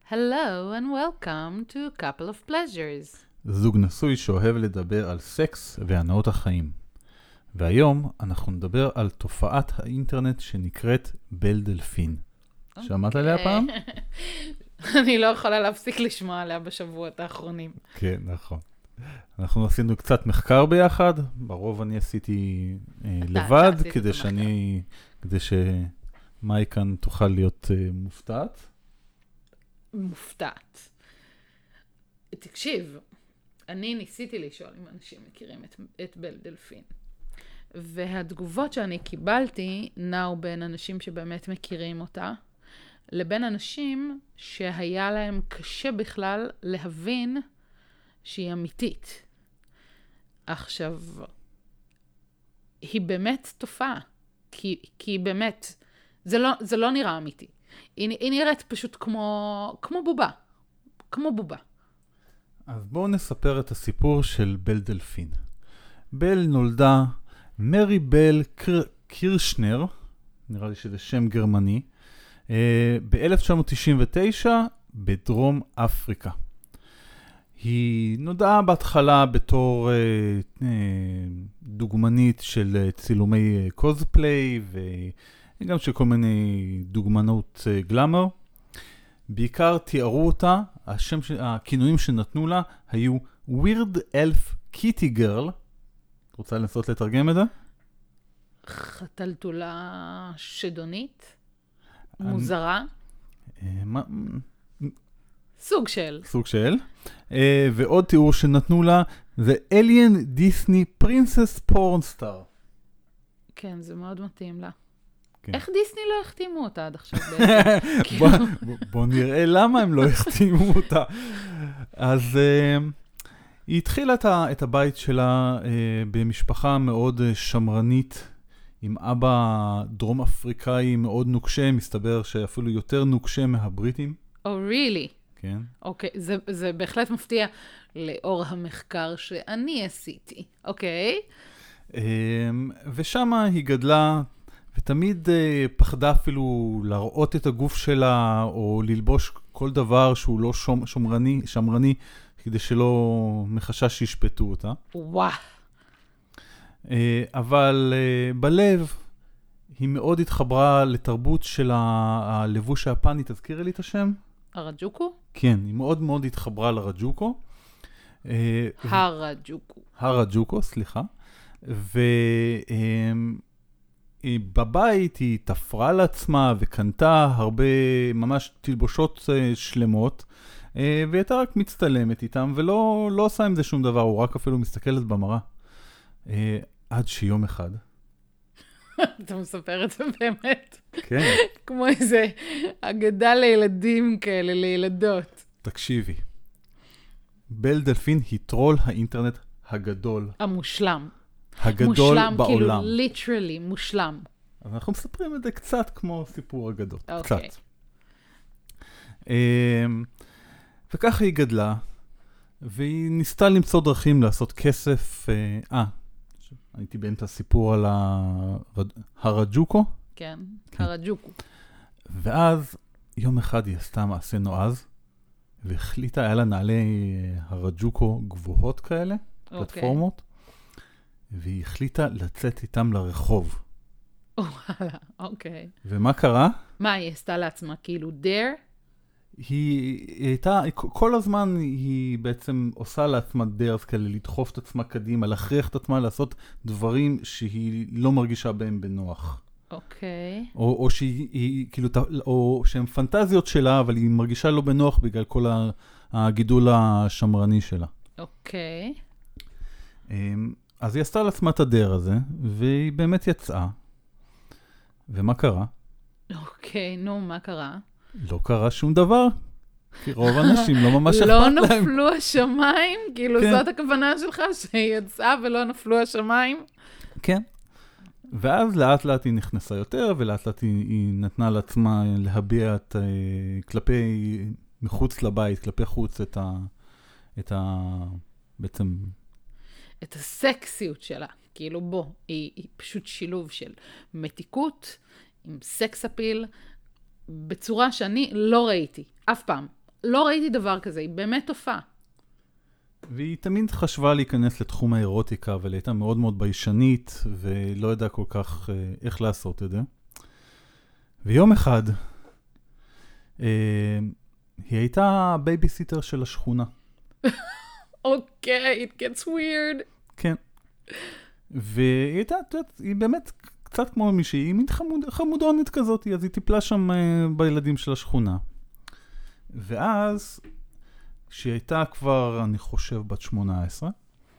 Hello and welcome to a couple of pleasures. זוג נשוי שאוהב לדבר על סקס והנאות החיים. והיום אנחנו נדבר על תופעת האינטרנט שנקראת בל דלפין. שמעת עליה פעם? אני לא יכולה להפסיק לשמוע עליה בשבועות האחרונים. כן, נכון. אנחנו עשינו קצת מחקר ביחד, ברוב אני עשיתי לבד, כדי שמאי כאן תוכל להיות מופתעת. מופתעת. תקשיב, אני ניסיתי לשאול אם אנשים מכירים את בל דלפין. והתגובות שאני קיבלתי נעו בין אנשים שבאמת מכירים אותה, לבין אנשים שהיה להם קשה בכלל להבין שהיא אמיתית. עכשיו, היא באמת תופעה, כי היא באמת, זה לא נראה אמיתי. היא נראית פשוט כמו בובה. כמו בובה. אז בואו נספר את הסיפור של בל דלפין. בל נולדה מרי בל קירשנר, נראה לי שזה שם גרמני, ב-1999 בדרום אפריקה. היא נודעה בהתחלה בתור דוגמנית של צילומי קוזפליי וגם של כל מיני דוגמנות גלאמר. בעיקר תיארו אותה, הכינויים שנתנו לה היו Weird Elf Kitty Girl. את רוצה לנסות לתרגם את זה? חתלתולה שדונית? מוזרה? סוג של. ועוד תיאור שנתנו לה, זה Alien Disney Princess Porn Star. כן, זה מאוד מתאים לה. כן. איך דיסני לא החתימו אותה עד עכשיו בעצם? בוא נראה למה הם לא החתימו אותה. אז היא התחילה את הבית שלה במשפחה מאוד שמרנית, עם אבא דרום אפריקאי מאוד נוקשה, מסתבר שאפילו יותר נוקשה מהבריטים. really? כן. אוקיי, זה בהחלט מפתיע לאור המחקר שאני עשיתי. אוקיי. ושם היא גדלה, ותמיד פחדה אפילו להראות את הגוף שלה, או ללבוש כל דבר שהוא לא שמרני, כדי שלא מחשש שישפטו אותה. וואו. אבל בלב היא מאוד התחברה לתרבות של הלבוש היפני. תזכירי לי את השם? הרג'וקו? כן, היא מאוד מאוד התחברה לרג'וקו. הרג'וקו, סליחה. ובבית היא תפרה לעצמה וקנתה הרבה ממש תלבושות שלמות, והיא הייתה רק מצטלמת איתם ולא עושה עם זה שום דבר, הוא רק אפילו מסתכלת במראה. עד שיום אחד. אתה מספר את זה באמת. כן. כמו איזה אגדה לילדים כאלה, לילדות. תקשיבי. בל דלפין היא טרול האינטרנט הגדול. המושלם. הגדול מושלם, בעולם. כאילו, literally, מושלם. אז אנחנו מספרים את זה קצת כמו סיפור אגדות. אוקיי. קצת. וככה היא גדלה, והיא ניסתה למצוא דרכים לעשות כסף. הייתי באמצע הסיפור על הרג'וקו. כן, הרג'וקו. ואז יום אחד היא עשתה מעשה נועז, והחליטה, היה לה נעלי הרג'וקו גבוהות כאלה, פלטפורמות, והיא החליטה לצאת איתם לרחוב. וואלה, אוקיי. ומה קרה? מה, היא עשתה לעצמה כאילו dare? היא הייתה, כל הזמן היא בעצם עושה לעצמה דרס כאלה, לדחוף את עצמה קדימה, להכריח את עצמה לעשות דברים שהיא לא מרגישה בהם בנוח. אוקיי. או שהיא, כאילו, או שהן פנטזיות שלה, אבל היא מרגישה לא בנוח בגלל כל הגידול השמרני שלה. אוקיי. אז היא עשתה לעצמה את הדר הזה, והיא באמת יצאה. ומה קרה? אוקיי, נו, מה קרה? לא קרה שום דבר, כי רוב האנשים לא ממש אכפת להם. לא נפלו השמיים? כאילו זאת הכוונה שלך, שהיא יצאה ולא נפלו השמיים? כן. ואז לאט לאט היא נכנסה יותר, ולאט לאט היא נתנה לעצמה להביע כלפי מחוץ לבית, כלפי חוץ בעצם... את הסקסיות שלה. כאילו בוא, היא פשוט שילוב של מתיקות עם סקס אפיל, בצורה שאני לא ראיתי, אף פעם. לא ראיתי דבר כזה, היא באמת תופעה. והיא תמיד חשבה להיכנס לתחום האירוטיקה, אבל היא הייתה מאוד מאוד ביישנית, ולא ידעה כל כך איך לעשות את זה. ויום אחד, היא הייתה בייביסיטר של השכונה. אוקיי, it gets weird. כן. והיא הייתה, היא באמת קצת כמו מישהי, היא מין חמודונת כזאת, אז היא טיפלה שם בילדים של השכונה. ואז, כשהיא הייתה כבר, אני חושב, בת 18,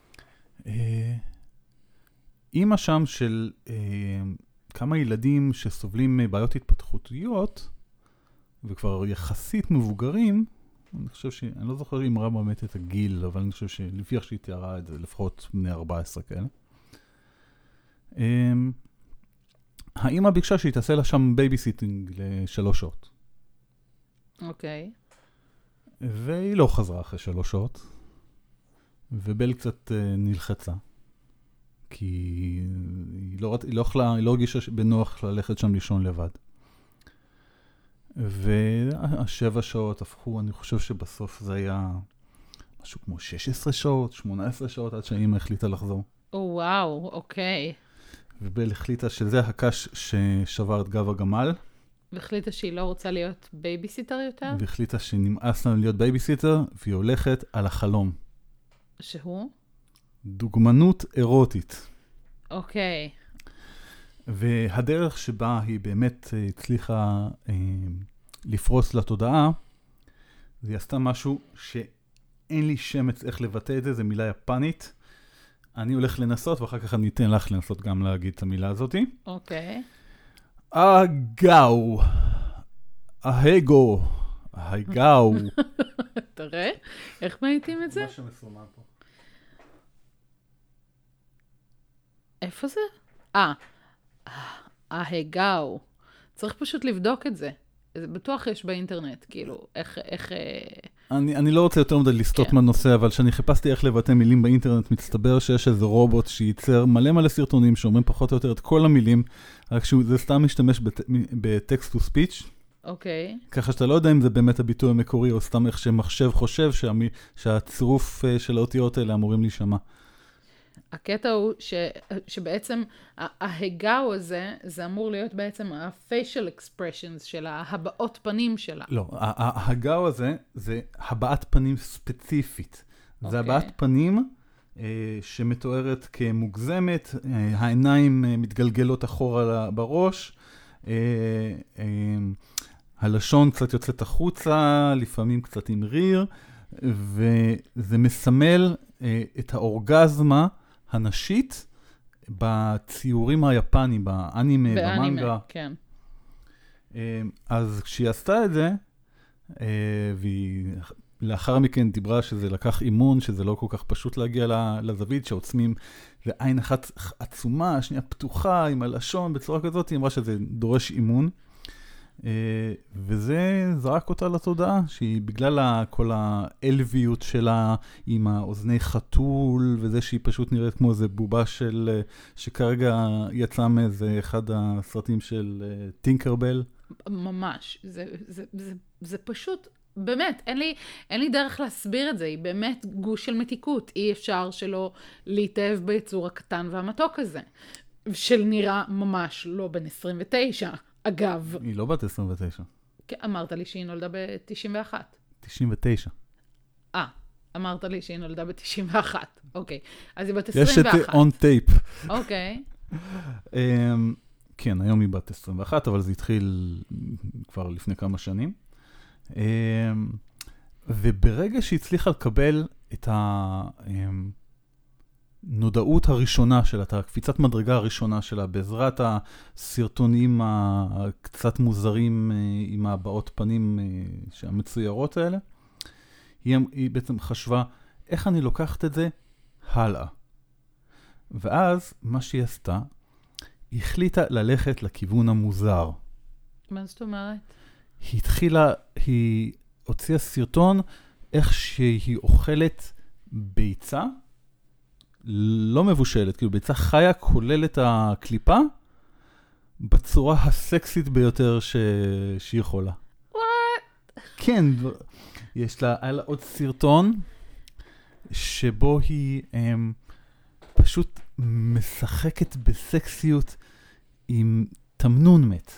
אמא שם של כמה ילדים שסובלים מבעיות התפתחותיות, וכבר יחסית מבוגרים, אני חושב אני לא זוכר אם ראה באמת את הגיל, אבל אני חושב שלפי איך שהיא תיארה את זה, לפחות בני 14 כאלה. האמא ביקשה שהיא תעשה לה שם בייביסיטינג ל3 שעות. אוקיי. והיא לא חזרה אחרי 3 שעות, ובל קצת נלחצה, כי היא לא הרגישה בנוח ללכת שם לישון לבד. ו7 שעות הפכו, אני חושב שבסוף זה היה משהו כמו 16 שעות, 18 שעות, עד שהאמא החליטה לחזור. וואו, אוקיי. ובל החליטה שזה הקש ששבר את גב הגמל. והחליטה שהיא לא רוצה להיות בייביסיטר יותר? והחליטה שנמאס לנו להיות בייביסיטר, והיא הולכת על החלום. שהוא? דוגמנות אירוטית. אוקיי. והדרך שבה היא באמת הצליחה לפרוס לתודעה, היא עשתה משהו שאין לי שמץ איך לבטא את זה, זה מילה יפנית. אני הולך לנסות, ואחר כך אני אתן לך לנסות גם להגיד את המילה הזאת. אוקיי. אגאו. ההגו. ההגאו. תראה, איך מאיתים את זה? מה שמסומן פה. איפה זה? ההגאו. צריך פשוט לבדוק את זה. זה בטוח יש באינטרנט, כאילו, איך... אני לא רוצה יותר מדי לסטות מהנושא, אבל כשאני חיפשתי איך לבטא מילים באינטרנט, מצטבר שיש איזה רובוט שייצר מלא סרטונים שאומרים פחות או יותר את כל המילים, רק שזה סתם משתמש בטקסט טו ספיץ'. אוקיי. ככה שאתה לא יודע אם זה באמת הביטוי המקורי, או סתם איך שמחשב חושב שהצירוף של האותיות האלה אמורים להישמע. הקטע הוא שבעצם ההגאו הזה, זה אמור להיות בעצם ה-facial expressions של הבעות פנים שלה. לא, ההגאו הזה זה הבעת פנים ספציפית. זה הבעת פנים שמתוארת כמוגזמת, העיניים מתגלגלות אחורה בראש, הלשון קצת יוצאת החוצה, לפעמים קצת עם ריר, וזה מסמל את האורגזמה הנשית בציורים היפנים, באנימה, במנגה. כן. אז כשהיא עשתה את זה, והיא לאחר מכן דיברה שזה לקח אימון, שזה לא כל כך פשוט להגיע לזווית, שעוצמים, ועין אחת עצומה, השנייה פתוחה עם הלשון בצורה כזאת, היא אמרה שזה דורש אימון. וזה זרק אותה לתודעה, שהיא בגלל כל האלביות שלה עם האוזני חתול, וזה שהיא פשוט נראית כמו איזה בובה שכרגע יצא מאיזה אחד הסרטים של טינקרבל. ממש, זה פשוט, באמת, אין לי דרך להסביר את זה, היא באמת גוש של מתיקות, אי אפשר שלא להתאהב ביצור הקטן והמתוק הזה, של נראה ממש לא בן 29. אגב. היא לא בת 29. כן, אמרת לי שהיא נולדה ב-91. 99. אמרת לי שהיא נולדה ב-91. אוקיי. אז היא בת 21. יש את on tape. אוקיי. כן, היום היא בת 21, אבל זה התחיל כבר לפני כמה שנים. וברגע שהיא הצליחה לקבל את הנודעות הראשונה שלה, את הקפיצת מדרגה הראשונה שלה, בעזרת הסרטונים הקצת מוזרים עם הבעות פנים המצוירות האלה, היא בעצם חשבה, איך אני לוקחת את זה הלאה. ואז מה שהיא עשתה, היא החליטה ללכת לכיוון המוזר. מה זאת אומרת? היא הוציאה סרטון איך שהיא אוכלת ביצה, לא מבושלת, כאילו ביצה חיה כולל את הקליפה, בצורה הסקסית ביותר שהיא יכולה. What? כן, היה לה עוד סרטון, שבו היא פשוט משחקת בסקסיות עם תמנון מת.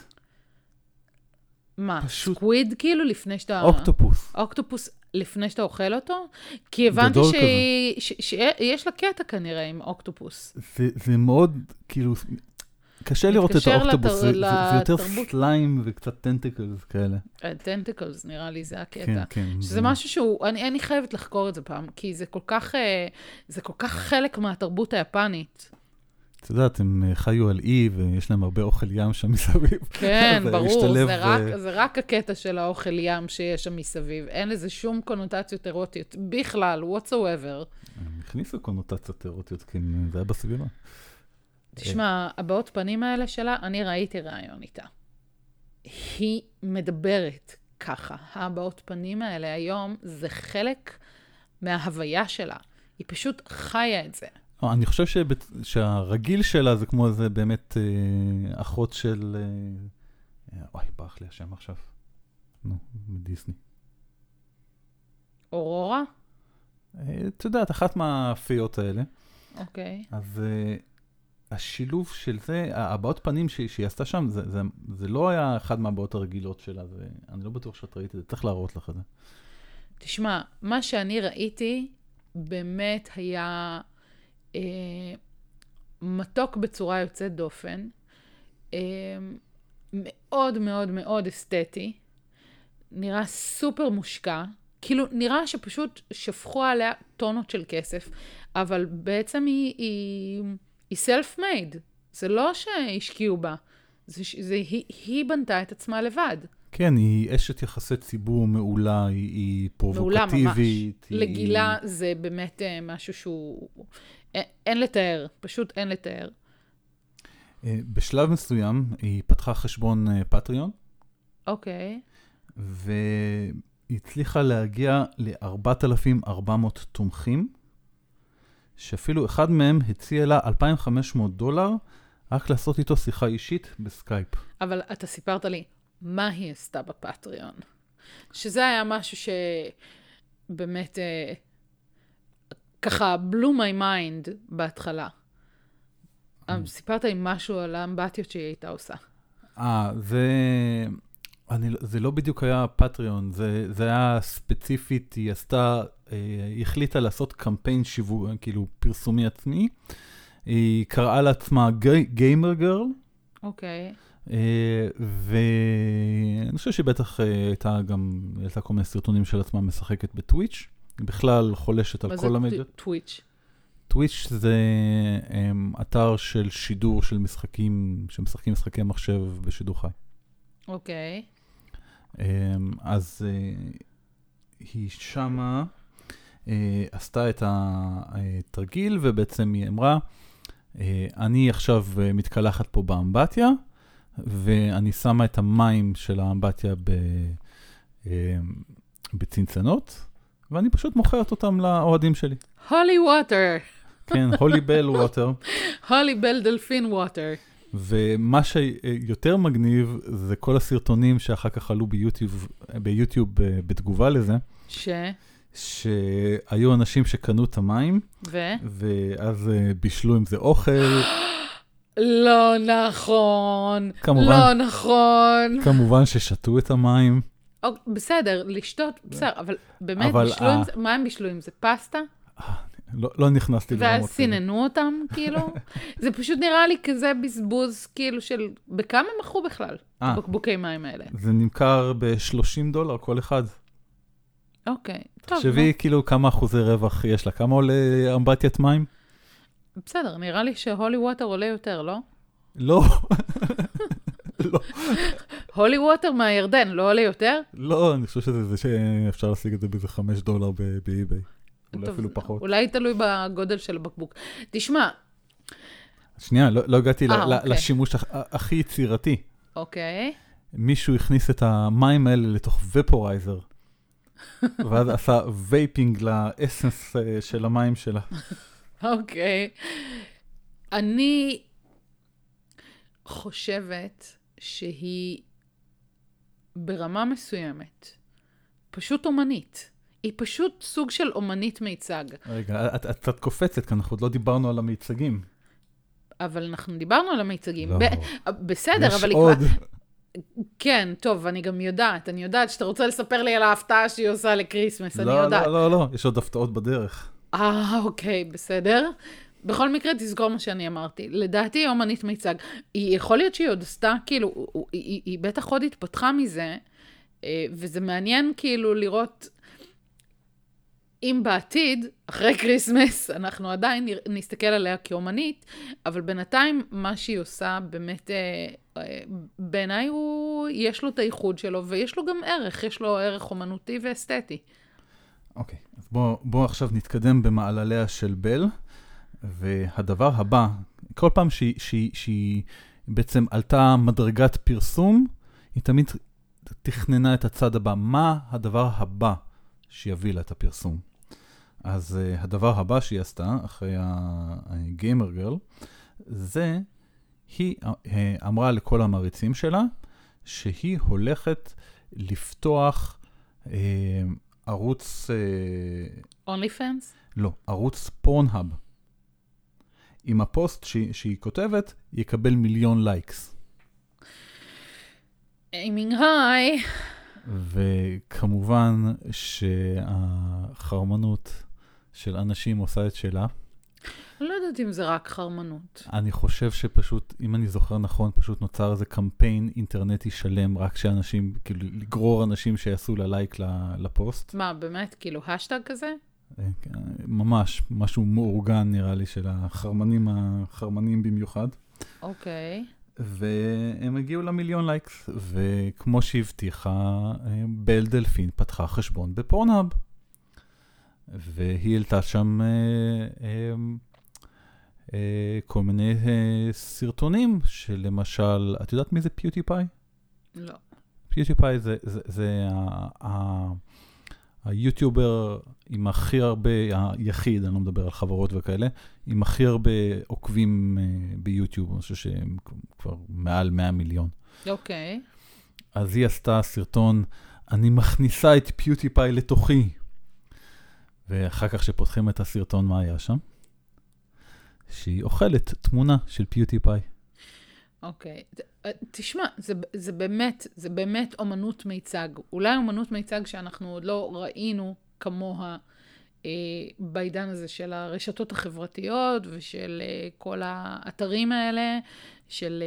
מה, סקוויד כאילו לפני שאתה... אוקטופוס. אוקטופוס לפני שאתה אוכל אותו? כי הבנתי שיש לה קטע כנראה עם אוקטופוס. זה מאוד, כאילו, קשה לראות את האוקטופוס, זה יותר סליים וקצת טנטיקלס כאלה. טנטיקלס נראה לי, זה הקטע. כן, כן. שזה משהו שהוא, אני חייבת לחקור את זה פעם, כי זה כל כך חלק מהתרבות היפנית. את יודעת, הם חיו על אי, ויש להם הרבה אוכל ים שם מסביב. כן, ברור, זה רק הקטע של האוכל ים שיש שם מסביב. אין לזה שום קונוטציות אירוטיות, בכלל, whatsoever. הם הכניסו קונוטציות אירוטיות, כי זה היה בסביבה. תשמע, הבעות פנים האלה שלה, אני ראיתי רעיון איתה. היא מדברת ככה. הבעות פנים האלה היום, זה חלק מההוויה שלה. היא פשוט חיה את זה. אני חושב שהרגיל שלה זה כמו זה באמת אחות של... אוי, ברח לי השם עכשיו. נו, מדיסני. אורורה? את יודעת, אחת מהפיות האלה. אוקיי. אז השילוב של זה, הבעות פנים שהיא עשתה שם, זה לא היה אחד מהבעות הרגילות שלה. אני לא בטוח שאת ראית את זה, צריך להראות לך את זה. תשמע, מה שאני ראיתי באמת היה... מתוק בצורה יוצאת דופן, מאוד מאוד מאוד אסתטי, נראה סופר מושקע, כאילו נראה שפשוט שפכו עליה טונות של כסף, אבל בעצם היא self-made, זה לא שהשקיעו בה, היא בנתה את עצמה לבד. כן, היא אשת יחסי ציבור מעולה, היא פרובוקטיבית. מעולה ממש, לגילה זה באמת משהו שהוא... אין לתאר, פשוט אין לתאר. בשלב מסוים היא פתחה חשבון פטריון. אוקיי. והיא הצליחה להגיע ל-4,400 תומכים, שאפילו אחד מהם הציע לה $2,500 רק לעשות איתו שיחה אישית בסקייפ. אבל אתה סיפרת לי, מה היא עשתה בפטריון? שזה היה משהו שבאמת... ככה, blew my mind בהתחלה. סיפרת לי משהו על האמבטיות שהיא הייתה עושה. זה לא בדיוק היה פטריון, זה היה ספציפית, היא החליטה לעשות קמפיין שיווק, כאילו פרסומי עצמי. היא קראה לעצמה גיימר גרל. אוקיי. ואני חושב שבטח הייתה כל מיני סרטונים של עצמה משחקת בטוויץ'. היא בכלל חולשת על כל המדיות. מה זה טוויץ'? טוויץ' זה אתר של שידור של משחקים, שמשחקים משחקי מחשב בשידור חי. אוקיי. אז היא שמה עשתה את התרגיל, ובעצם היא אמרה, אני עכשיו מתקלחת פה באמבטיה, ואני שמה את המים של האמבטיה בצנצנות, ואני פשוט מוכרת אותם לאוהדים שלי. הולי ווטר. כן, הולי בל ווטר. הולי בל דלפין ווטר. ומה שיותר מגניב זה כל הסרטונים שאחר כך עלו ביוטיוב בתגובה לזה. שהיו אנשים שקנו את המים. ואז בישלו עם זה אוכל. לא נכון. כמובן, לא נכון. כמובן ששתו את המים. בסדר, לשתות, בסדר, אבל באמת בישלו עם זה, מה הם בישלו עם זה? פסטה? לא נכנסתי לרמות כאלה. ואז סיננו אותם, כאילו? זה פשוט נראה לי כזה בזבוז, כאילו של... בכמה הם מכרו בכלל? בקבוקי מים האלה. זה נמכר $30 כל אחד. אוקיי. תחשבי כאילו כמה אחוזי רווח יש לה. כמה עולה אמבטיית מים? בסדר, נראה לי שהולי ווטר עולה יותר, לא? לא. לא. הולי ווטר מהירדן, לא עולה יותר? לא, אני חושב שזה שאפשר להשיג את זה באיזה $5 באי-ביי. אולי אפילו פחות. אולי תלוי בגודל של הבקבוק. תשמע. שנייה, לא הגעתי לשימוש הכי יצירתי. אוקיי. מישהו הכניס את המים האלה לתוך ופורייזר, ואז עשה וייפינג לאסנס של המים שלה. אוקיי. אני חושבת שהיא ברמה מסוימת פשוט אומנית. היא פשוט סוג של אומנית מיצג. רגע, את קצת קופצת, כי אנחנו עוד לא דיברנו על המיצגים. אבל אנחנו דיברנו על המיצגים. לא. בסדר, אבל יש עוד. כן, טוב, אני גם יודעת. אני יודעת שאתה רוצה לספר לי על ההפתעה שהיא עושה לקריסמס, אני יודעת. לא, יש עוד הפתעות בדרך. אוקיי, בסדר. בכל מקרה, תזכור מה שאני אמרתי. לדעתי, היא אומנית מיצג. היא יכול להיות שהיא עוד עשתה, כאילו, היא בטח עוד התפתחה מזה, וזה מעניין כאילו לראות אם בעתיד, אחרי קריסמס, אנחנו עדיין נסתכל עליה כאומנית, אבל בינתיים מה שהיא עושה באמת, בעיניי יש לו את הייחוד שלו, ויש לו גם ערך, יש לו ערך אומנותי ואסתטי. אוקיי, אז בוא עכשיו נתקדם במעלליה של בל, והדבר הבא, כל פעם שהיא בעצם עלתה מדרגת פרסום, היא תמיד תכננה את הצד הבא. מה הדבר הבא שיביא לה את הפרסום? אז הדבר הבא שהיא עשתה, אחרי הגיימר גרל, זה, היא אמרה לכל המריצים שלה, שהיא הולכת לפתוח ערוץ... OnlyFans? לא, ערוץ פורנהאב. עם הפוסט שהיא כותבת, יקבל 1,000,000 לייקס. aiming high. וכמובן שהחרמנות של אנשים עושה את שלה. אני לא יודעת אם זה רק חרמנות. אני חושב שפשוט, אם אני זוכר נכון, פשוט נוצר איזה קמפיין אינטרנטי שלם, רק שאנשים, כאילו, לגרור אנשים שיעשו לה לייק לפוסט. מה, באמת? כאילו, השטג כזה? ממש, משהו מאורגן נראה לי של החרמנים במיוחד. אוקיי. והם הגיעו ל1,000,000 לייקס, וכמו שהבטיחה, בל דלפין פתחה חשבון בפורנהאב. והיא העלתה שם כל מיני סרטונים, שלמשל, את יודעת מי זה פיוטיפיי? לא. פיוטיפיי זה היוטיובר עם הכי הרבה, היחיד, אני לא מדבר על חברות וכאלה, עם הכי הרבה עוקבים ביוטיוב, אני חושב שהם כבר מעל 100 מיליון. אוקיי. אז היא עשתה סרטון, אני מכניסה את פיוטיפיי לתוכי. ואחר כך שפותחים את הסרטון, מה היה שם? שהיא אוכלת תמונה של פיוטיפיי. אוקיי. תשמע, זה באמת אומנות מיצג. אולי אומנות מיצג שאנחנו עוד לא ראינו כמוה בעידן הזה של הרשתות החברתיות ושל כל האתרים האלה, של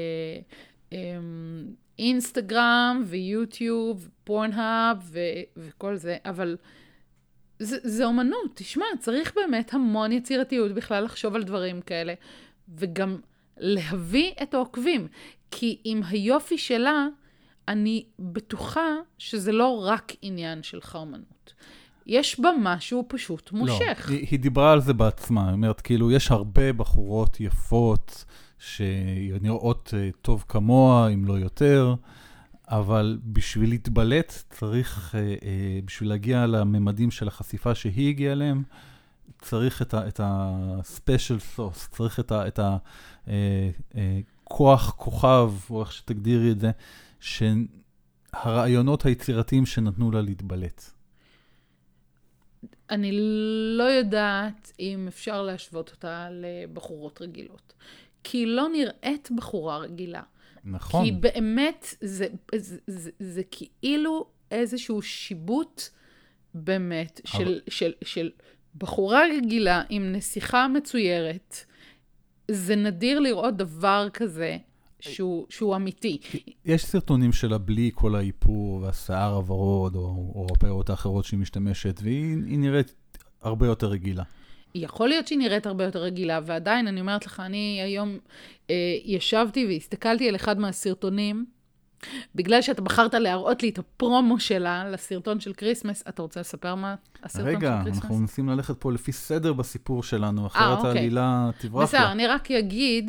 אינסטגרם ויוטיוב, פורנהאב וכל זה, אבל זה אומנות. תשמע, צריך באמת המון יצירתיות בכלל לחשוב על דברים כאלה, וגם להביא את העוקבים, כי עם היופי שלה, אני בטוחה שזה לא רק עניין של חרמנות. יש בה משהו פשוט מושך. לא, היא דיברה על זה בעצמה. היא אומרת, כאילו, יש הרבה בחורות יפות, שנראות טוב כמוה, אם לא יותר, אבל בשביל להתבלט, צריך, בשביל להגיע לממדים של החשיפה שהיא הגיעה אליהם, צריך את ה-special sauce, צריך את הכוח, כוכב, או איך שתגדירי את זה, שהרעיונות היצירתיים שנתנו לה להתבלט. אני לא יודעת אם אפשר להשוות אותה לבחורות רגילות. כי היא לא נראית בחורה רגילה. נכון. כי באמת זה כאילו איזשהו שיבוט באמת של בחורה רגילה עם נסיכה מצוירת. זה נדיר לראות דבר כזה שהוא אמיתי. יש סרטונים שלה בלי כל האיפור והשיער הוורוד או הפאות האחרות שהיא משתמשת, והיא נראית הרבה יותר רגילה. יכול להיות שהיא נראית הרבה יותר רגילה, ועדיין אני אומרת לך, אני היום ישבתי והסתכלתי על אחד מהסרטונים, בגלל שאתה בחרת להראות לי את הפרומו שלה לסרטון של קריסמס. אתה רוצה לספר מה הסרטון של קריסמס? רגע, אנחנו מנסים ללכת פה לפי סדר בסיפור שלנו, אחרת העלילה תברח לה. בסדר, אני רק אגיד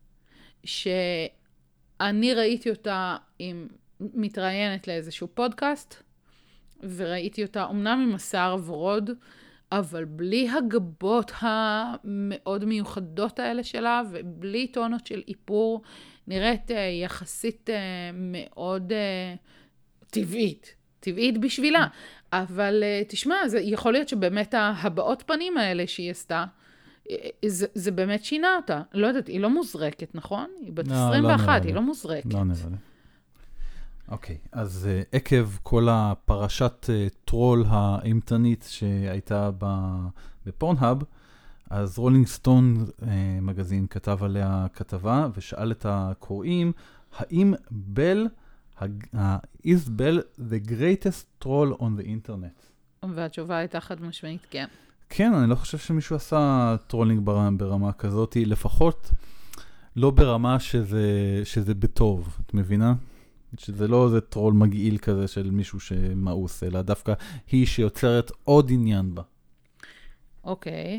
שאני ראיתי אותה מתראיינת לאיזשהו פודקאסט, וראיתי אותה אמנם עם השיער הוורוד, אבל בלי הגבות המאוד מיוחדות האלה שלה, ובלי טונות של איפור, נראית יחסית מאוד טבעית. טבעית בשבילה. אבל תשמע, יכול להיות שבאמת ההבעות פנים האלה שהיא עשתה, זה באמת שינה אותה. לא יודעת, היא לא מוזרקת, נכון? היא בת 21, היא לא מוזרקת. לא נראה לי. אוקיי, אז עקב כל הפרשת טרול האימתנית שהייתה בפורנהאב, אז רולינג סטון מגזין כתב עליה כתבה, ושאל את הקוראים, האם is Bell the greatest troll on the internet? והתשובה הייתה חד משמעית, כן. כן, אני לא חושב שמישהו עשה טרולינג ברמה כזאת, לפחות לא ברמה שזה בטוב, את מבינה? שזה לא איזה טרול מגעיל כזה של מישהו שמאוס, אלא דווקא היא שיוצרת עוד עניין בה. אוקיי.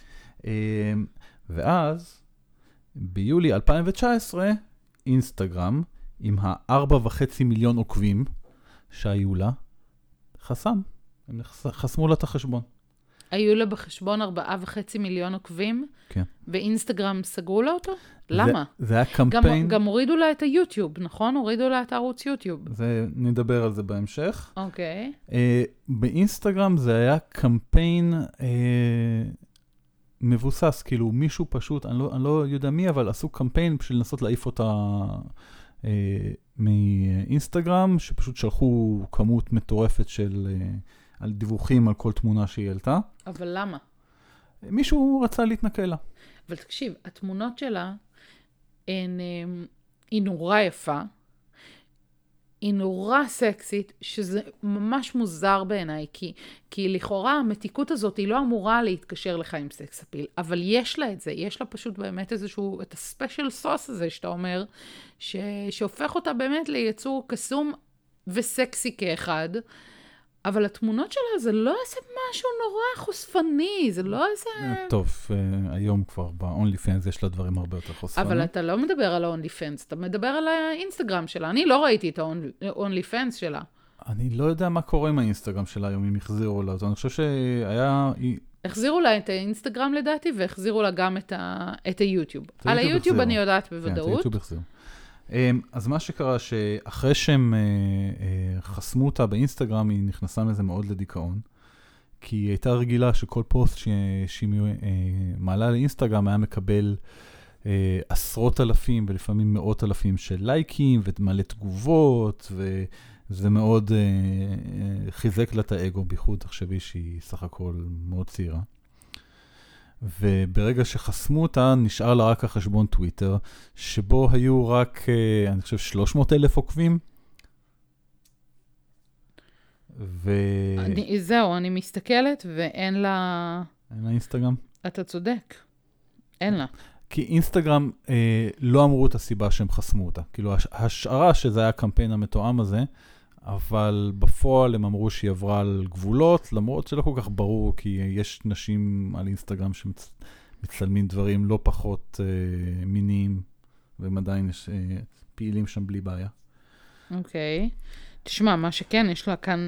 ואז, ביולי 2019, אינסטגרם, עם 4.5 מיליון עוקבים שהיו לה, הם חסמו לה את החשבון. היו לה בחשבון 4.5 מיליון עוקבים, כן. ואינסטגרם סגרו לה אותו? למה? זה היה קמפיין... גם הורידו לה את היוטיוב, נכון? הורידו לה את הערוץ יוטיוב. נדבר על זה בהמשך. אוקיי. באינסטגרם זה היה קמפיין מבוסס, כאילו מישהו פשוט, אני לא יודע מי, אבל עשו קמפיין בשביל לנסות להעיף אותה מאינסטגרם, שפשוט שלחו כמות מטורפת על דיווחים על כל תמונה שהיא העלתה. אבל למה? מישהו רצה להתנכל לה. אבל תקשיב, התמונות שלה היא נורא יפה, היא נורא סקסית, שזה ממש מוזר בעיניי, כי לכאורה המתיקות הזאת היא לא אמורה להתקשר לך עם סקס אפיל, אבל יש לה את זה, יש לה פשוט באמת איזשהו, את הספיישל סוס הזה שאתה אומר, שהופך אותה באמת ליצור קסום וסקסי כאחד, אבל התמונות שלה זה לא איזה משהו נורא חושפני, זה לא איזה... טוב, היום כבר ב-OnlyFans יש לה דברים הרבה יותר חושפני. אבל אתה לא מדבר על ה-OnlyFans, אתה מדבר על האינסטגרם שלה. אני לא ראיתי את ה-OnlyFans שלה. אני לא יודע מה קורה עם האינסטגרם שלה היום, אם החזירו לה. אני חושב שהיה... החזירו לה את האינסטגרם לדעתי, והחזירו לה גם את היוטיוב. על היוטיוב אני יודעת בוודאות. כן, את היוטיוב החזירו. אז מה שקרה שאחרי שהם חסמו אותה באינסטגרם, היא נכנסה מזה מאוד לדיכאון, כי היא הייתה רגילה שכל פוסט שהיא מעלה לאינסטגרם היה מקבל עשרות אלפים ולפעמים מאות אלפים של לייקים ומלא תגובות, וזה מאוד חיזק לה את האגו, בייחוד תחשבי שהיא סך הכל מאוד צעירה. וברגע שחסמו אותה, נשאר לה רק החשבון טוויטר, שבו היו רק, אני חושב, 300,000 עוקבים. זהו, אני מסתכלת ואין לה... אין לה אינסטגרם? אתה צודק. אין לה. כי אינסטגרם לא אמרו את הסיבה שהם חסמו אותה. כאילו, השערה שזה היה הקמפיין המתואם הזה, אבל בפועל הם אמרו שהיא עברה על גבולות, למרות שלא כל כך ברור, כי יש נשים על אינסטגרם שמצלמים דברים לא פחות מיניים, והם עדיין פעילים שם בלי בעיה. אוקיי. תשמע, מה שכן, יש לה כאן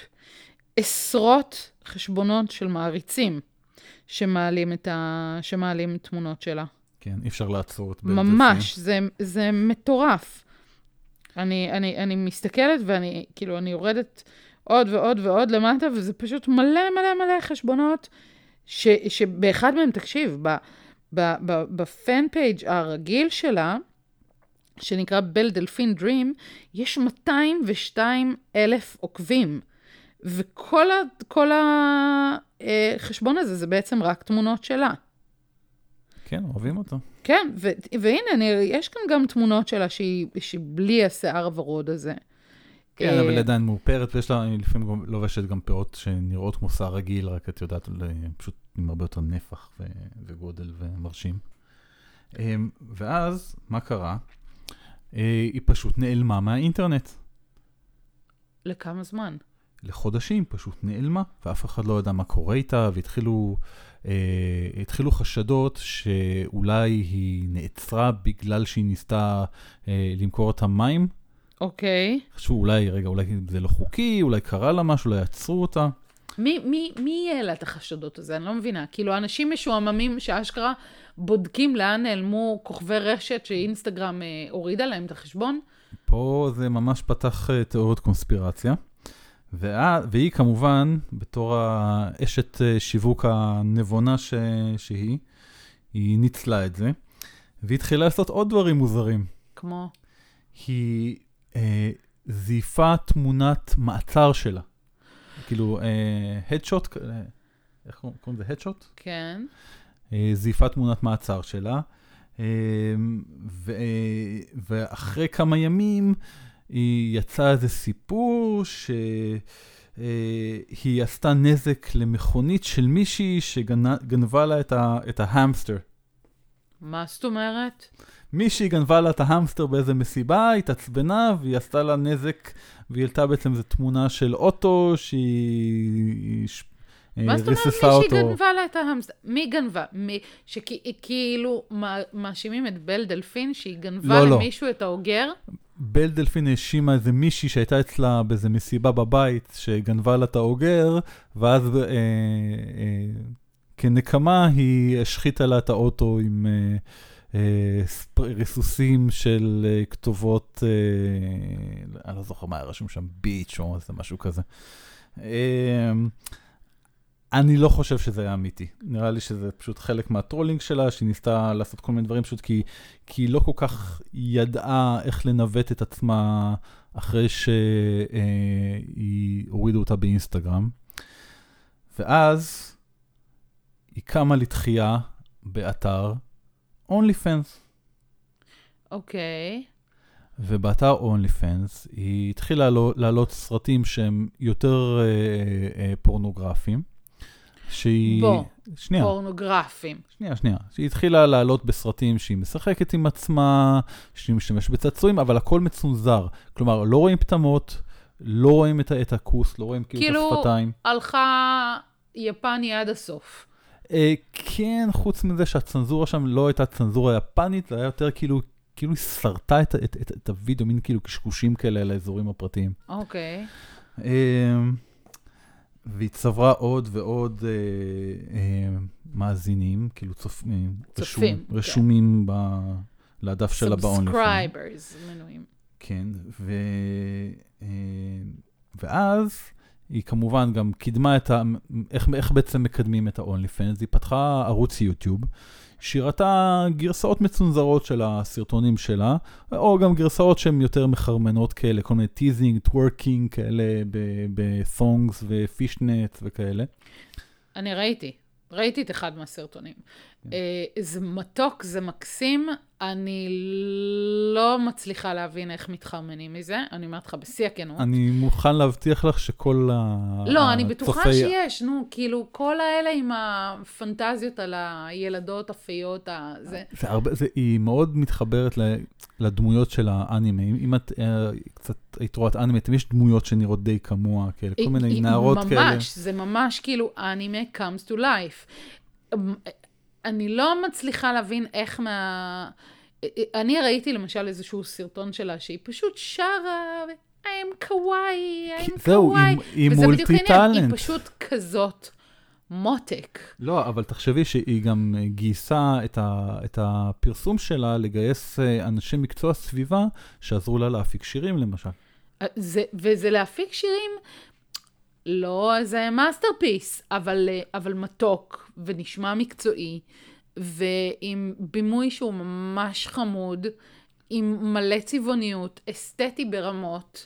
עשרות חשבונות של מעריצים שמעלים תמונות שלה. כן, אי אפשר לעצור את ממש, זה מטורף. אני מסתכלת ואני, כאילו, אני יורדת עוד ועוד ועוד למטה, וזה פשוט מלא מלא מלא חשבונות, שבאחד מהם, תקשיב, בפן פייג' הרגיל שלה, שנקרא בל דלפין דרים, יש 202,000 עוקבים, וכל החשבון הזה, זה בעצם רק תמונות שלה. כן, אוהבים אותו. כן, והנה, יש כאן גם תמונות שלה שהיא בלי השיער הוורוד הזה. כן, אבל עדיין מאופרת, ויש לה לפעמים לובשת גם פאות שנראות כמו שיער רגיל, רק את יודעת, פשוט עם הרבה יותר נפח וגודל ומרשים. ואז, מה קרה? היא פשוט נעלמה מהאינטרנט. לכמה זמן? לחודשים, פשוט נעלמה, ואף אחד לא ידע מה קורה איתה, והתחילו חשדות שאולי היא נעצרה בגלל שהיא ניסתה למכור את המים. אוקיי. חשבו אולי זה לא חוקי, אולי קרה לה משהו, אולי יעצרו אותה. מי העלה את החשדות הזה? אני לא מבינה. כאילו, אנשים משועממים שאשכרה בודקים לאן נעלמו כוכבי רשת שאינסטגרם הורידה להם את החשבון? פה זה ממש פתח תיאוריות קונספירציה. והיא כמובן, בתור האשת שיווק הנבונה היא ניצלה את זה, והיא התחילה לעשות עוד דברים מוזרים. כמו? היא זיפה תמונת מעצר שלה. כאילו, הדשוט, איך קוראים לזה? הדשוט? כן. זיפה תמונת מעצר שלה, ואחרי כמה ימים היא יצאה איזה סיפור שהיא עשתה נזק למכונית של מישהי שגנבה לה את ההמסטר. מה זאת אומרת? מישהי גנבה לה את ההמסטר באיזה מסיבה, התעצבנה, והיא עשתה לה נזק, והיא העלתה בעצם איזו תמונה של אוטו שהיא מה זאת אומרת מישהי גנבה לה את ההמסטר? מי גנבה? שכאילו מאשימים את בל דלפין שהיא גנבה למישהו את האוגר? בל דלפין האשימה איזה מישהי שהייתה אצלה באיזה מסיבה בבית, שגנבה לה את האוגר, ואז כנקמה היא השחיתה לה את האוטו עם ריסוסים של כתובות, אני לא זוכר מה היה רשום שם, ביץ' או משהו כזה. אני לא חושב שזה היה אמיתי. נראה לי שזה פשוט חלק מהטרולינג שלה, שהיא ניסתה לעשות כל מיני דברים, פשוט כי היא לא כל כך ידעה איך לנווט את עצמה אחרי שהיא הורידו אותה באינסטגרם. ואז היא קמה לתחייה באתר OnlyFans. אוקיי. ובאתר OnlyFans היא התחילה להעלות סרטים שהם יותר פורנוגרפיים. פורנוגרפים. שנייה. שהיא התחילה לעלות בסרטים שהיא משחקת עם עצמה, שהיא משתמש בצעצועים, אבל הכל מצונזר. כלומר, לא רואים פתמות, לא רואים את הכוס, לא רואים כאילו את השפתיים. כאילו, הלכה יפני עד הסוף. כן, חוץ מזה שהצנזורה שם לא הייתה צנזורה יפנית, זה היה יותר כאילו היא סרטה את הוידאו, מין כאילו קשקושים כאלה על האזורים הפרטיים. אוקיי. והיא צברה עוד ועוד מאזינים, כאילו צופים, רשומים לדף שלה באונליפן. סאבסקרייברס, מנויים. כן, ואז היא כמובן גם קידמה איך בעצם מקדמים את ה-OnlyFans. היא פתחה ערוץ יוטיוב, שירתה גרסאות מצונזרות של הסרטונים שלה, או גם גרסאות שהן יותר מחרמנות כאלה, כל מיני טיזינג, טוורקינג כאלה בסונגס ופישנט וכאלה. אני ראיתי את אחד מהסרטונים. זה מתוק, זה מקסים, אני לא מצליחה להבין איך מתחרמנים מזה, אני אומרת לך בשיא הכנות. אני מוכן להבטיח לך שכל לא, אני בטוחה שיש, כאילו כל האלה עם הפנטזיות על הילדות, הפיות, היא מאוד מתחברת לדמויות של האנימה. אם את קצת היית רואה את האנימה, יש דמויות שנראות די כמוה, כאלה, כל מיני נערות כאלה. ממש, זה ממש כאילו האנימה comes to life. אני לא מצליחה להבין איך אני ראיתי למשל איזשהו סרטון שלה, שהיא פשוט שרה, I'm kawaii, I'm kawaii. היא מולטי טלנט. היא פשוט כזאת מותק. לא, אבל תחשבי שהיא גם גייסה את הפרסום שלה לגייס אנשי מקצוע סביבה, שעזרו לה להפיק שירים למשל. וזה להפיק שירים, לא איזה מאסטרפיס, אבל מתוק ונשמע מקצועי, ועם בימוי שהוא ממש חמוד, עם מלא צבעוניות, אסתטי ברמות,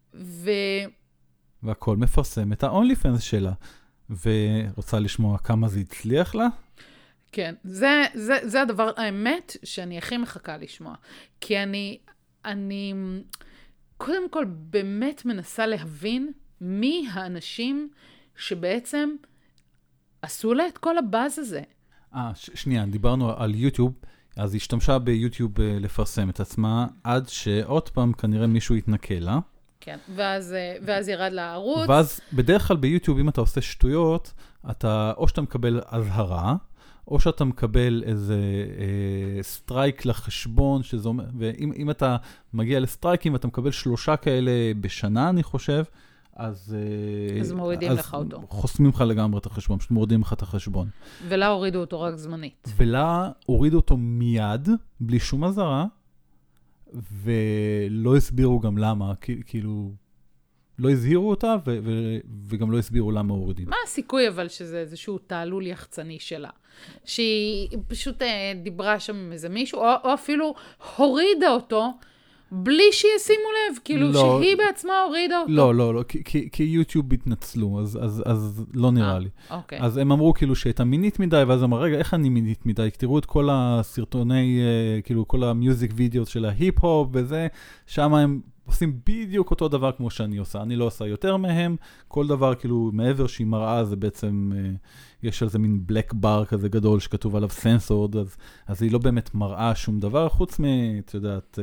והכל מפרסם את ה-OnlyFans שלה. ורוצה לשמוע כמה זה הצליח לה? כן, זה הדבר, האמת, שאני הכי מחכה לשמוע. כי אני קודם כל באמת מנסה להבין מי האנשים שבעצם עשו לה את כל הבאז הזה. שנייה, דיברנו על יוטיוב, אז היא השתמשה ביוטיוב לפרסם את עצמה, עד שעוד פעם כנראה מישהו יתנקה לה. כן, ואז ירד לערוץ. ואז בדרך כלל ביוטיוב, אם אתה עושה שטויות, או שאתה מקבל הזהרה, או שאתה מקבל איזה סטרייק לחשבון, ואם אתה מגיע לסטרייקים, ואתה מקבל 3 כאלה בשנה, אני חושב, אז מורידים לך אותו. חוסמים לך לגמרי את החשבון, פשוט מורידים לך את החשבון. ולה הורידו אותו רק זמנית. ולה הורידו אותו מיד, בלי שום הזהרה, ולא הסבירו גם למה, כאילו, לא הזהירו אותה, וגם לא הסבירו למה הורידים. מה הסיכוי אבל שזה איזשהו תעלול יחצני שלה? שהיא פשוט דיברה שם עם איזה מישהו, או אפילו הורידה אותו, בלי שישימו לב, כאילו לא, שהיא בעצמה הורידה אותו. לא, כי יוטיוב התנצלו, אז לא נראה לי. אוקיי. אז הם אמרו כאילו שהייתה מינית מדי, ואז אמרו, רגע, איך אני מינית מדי? תראו את כל הסרטוני, כאילו כל המיוזיק וידאו של ההיפ-הופ וזה, שם הם עושים בדיוק אותו דבר כמו שאני עושה. אני לא עושה יותר מהם, כל דבר כאילו מעבר שהיא מראה, זה בעצם, יש על זה מין בלק בר כזה גדול שכתוב עליו סנסורד, אז היא לא באמת מראה שום דבר, חוץ את יודעת,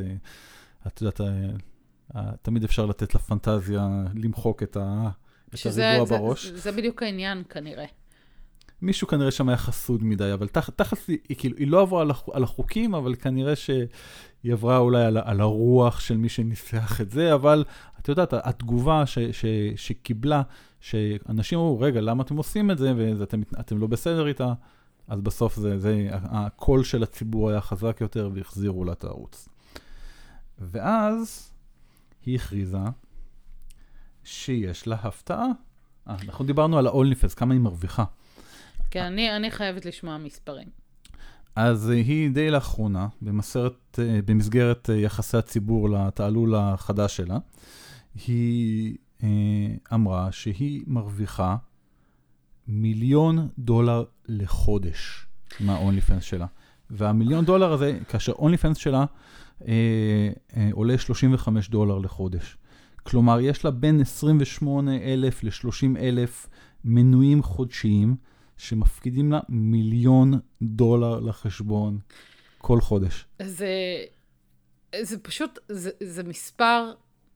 תמיד אפשר לתת לפנטזיה למחוק את הריבוע בראש. זה בדיוק העניין כנראה. מישהו כנראה שם היה חסוד מדי, אבל תכף היא לא עברה על החוקים, אבל כנראה שהיא עברה אולי על הרוח של מי שניסח את זה, אבל את יודעת, התגובה שקיבלה, שאנשים אמרו, רגע, למה אתם עושים את זה, ואתם לא בסדר איתה, אז בסוף הקול של הציבור היה חזק יותר, והחזירו לה את הערוץ. ואז היא הכריזה שיש לה הפתעה. אנחנו דיברנו על ה-OnlyFans, כמה היא מרוויחה. כן, אני חייבת לשמוע מספרים. אז היא די לאחרונה, במסגרת יחסי הציבור לתעלול החדש שלה, היא אמרה שהיא מרוויחה $1,000,000 לחודש מה-OnlyFans שלה. $1,000,000 הזה, כאשר OnlyFans שלה עולה $35 לחודש. כלומר, יש לה בין 28,000 ל-30,000 מנויים חודשיים, שמפקידים לה $1,000,000 לחשבון כל חודש. זה פשוט, זה מספר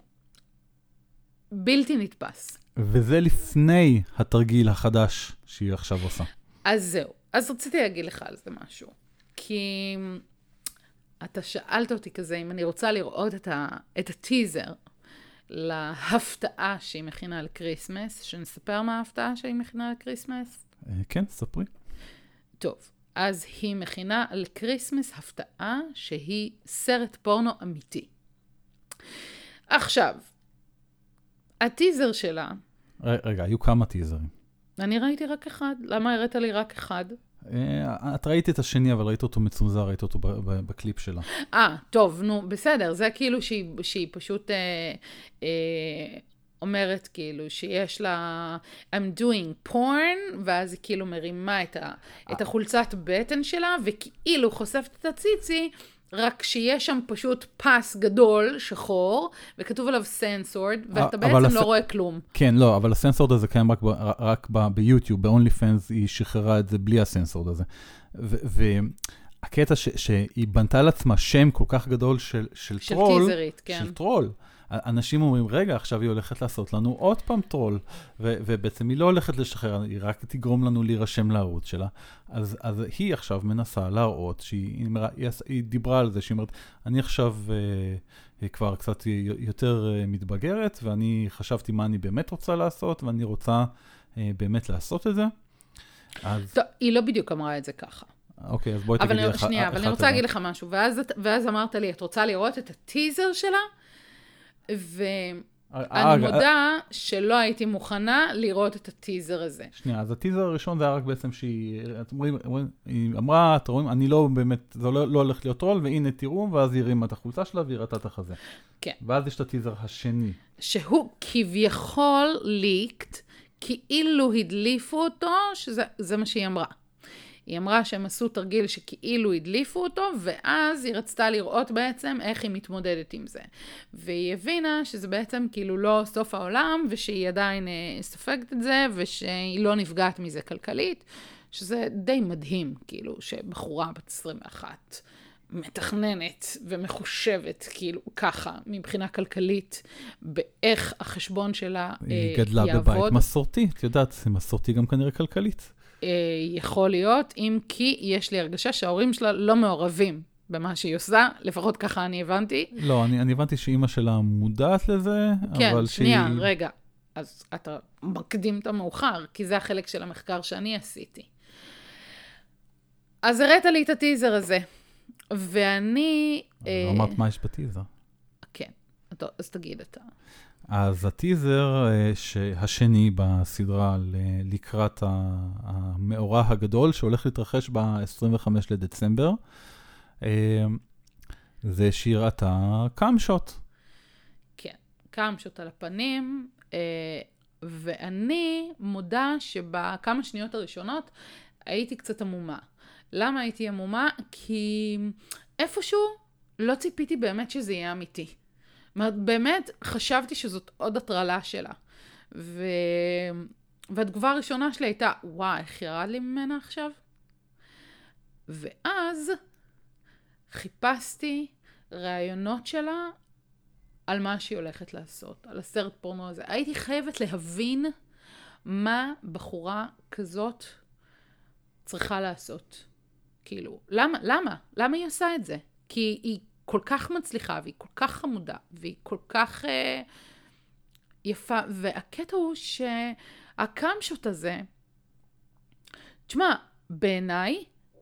בלתי נתפס. וזה לפני התרגיל החדש שהיא עכשיו עושה. אז זהו. אז רציתי להגיד לך על זה משהו. כי אתה שאלת אותי כזה, אם אני רוצה לראות את הטיזר להפתעה שהיא מכינה לקריסמס, שנספר מה ההפתעה שהיא מכינה לקריסמס? כן, ספרי. טוב, אז היא מכינה לקריסמס הפתעה שהיא סרט פורנו אמיתי. עכשיו, הטיזר שלה... רגע, היו כמה טיזרים. אני ראיתי רק אחד. למה הראת לי רק אחד? את ראית את השני, אבל ראית אותו מצונזר, ראית אותו בקליפ שלה. טוב, נו, בסדר. זה כאילו שהיא פשוט אומרת כאילו שיש לה I'm doing porn, ואז היא כאילו מרימה את החולצת בטן שלה, וכאילו חושפת את הציצי, רק שיש שם פשוט פס גדול, שחור, וכתוב עליו סנסורד, ואתה בעצם לא רואה כלום. כן, לא, אבל הסנסורד הזה קיים רק ביוטיוב, ב-OnlyFans היא שחררה את זה בלי הסנסורד הזה. והקטע שהיא בנתה לעצמה שם כל כך גדול של טרול, טיזרית, כן. של טרול. אנשים אומרים, רגע, עכשיו היא הולכת לעשות לנו עוד פעם טרול, ובעצם היא לא הולכת לשחרר, היא רק תגרום לנו להירשם לערוץ שלה. אז היא עכשיו מנסה להראות, היא דיברה על זה, שהיא אומרת, אני עכשיו כבר קצת יותר מתבגרת, ואני חשבתי מה אני באמת רוצה לעשות, ואני רוצה באמת לעשות את זה. טוב, היא לא בדיוק אמרה את זה ככה. אוקיי, אז בואי תגידי לך. שנייה, אבל אני רוצה להגיד לך משהו, ואז אמרת לי, את רוצה לראות את הטיזר שלה? ואני מודה שלא הייתי מוכנה לראות את הטיזר הזה. שנייה, אז הטיזר הראשון זה היה רק בעצם שהיא, היא אמרה, אתם רואים, אני לא באמת, זה לא הולך להיות טרול, והנה תראו, ואז היא הרימה את החולצה שלה והיא ראתה את החזה. כן. ואז יש את הטיזר השני. שהוא כביכול ליקט, כאילו הדליפו אותו, שזה מה שהיא אמרה. היא אמרה שהם עשו תרגיל שכאילו הדליפו אותו, ואז היא רצתה לראות בעצם איך היא מתמודדת עם זה. והיא הבינה שזה בעצם כאילו לא סוף העולם, ושהיא עדיין סופגת את זה, ושהיא לא נפגעת מזה כלכלית, שזה די מדהים, כאילו, שבחורה בת 21 מתכננת ומחושבת, כאילו, ככה, מבחינה כלכלית, באיך החשבון שלה יעבוד. היא גדלה בבית מסורתי, את יודעת, זה מסורתי גם כנראה כלכלית. יכול להיות, אם כי יש לי הרגשה שההורים שלה לא מעורבים במה שהיא עושה, לפחות ככה אני הבנתי. לא, אני הבנתי שאימא שלה מודעת לזה, כן, אבל שנייה, רגע. אז אתה מקדים את המאוחר, כי זה החלק של המחקר שאני עשיתי. אז הראת לי את הטיזר הזה, ואני... אמרת מה יש בטיזר. כן, אז תגיד אתה. אז הטיזר השני בסדרה לקראת המאורע הגדול, שהולך להתרחש ב-25 לדצמבר, זה שירת הקאמשוט. כן, קאמשוט על הפנים, ואני מודה שבכמה שניות הראשונות הייתי קצת עמומה. למה הייתי עמומה? כי איפשהו לא ציפיתי באמת שזה יהיה אמיתי. באמת חשבתי שזאת עוד הטרלה שלה. והתגובה הראשונה שלי הייתה, וואי, איך ירד לי ממנה עכשיו? ואז חיפשתי רעיונות שלה על מה שהיא הולכת לעשות, על הסרט פורנו הזה. הייתי חייבת להבין מה בחורה כזאת צריכה לעשות. כאילו, למה? למה היא עושה את זה? כי היא כל כך מצליחה, והיא כל כך חמודה, והיא כל כך יפה. והקטע הוא שהקאמשוט הזה, תשמע, בעיניי,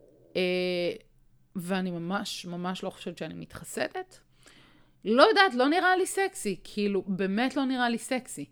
ואני ממש ממש לא חושבת שאני מתחסדת, לא יודעת, לא נראה לי סקסי, כאילו, באמת לא נראה לי סקסי.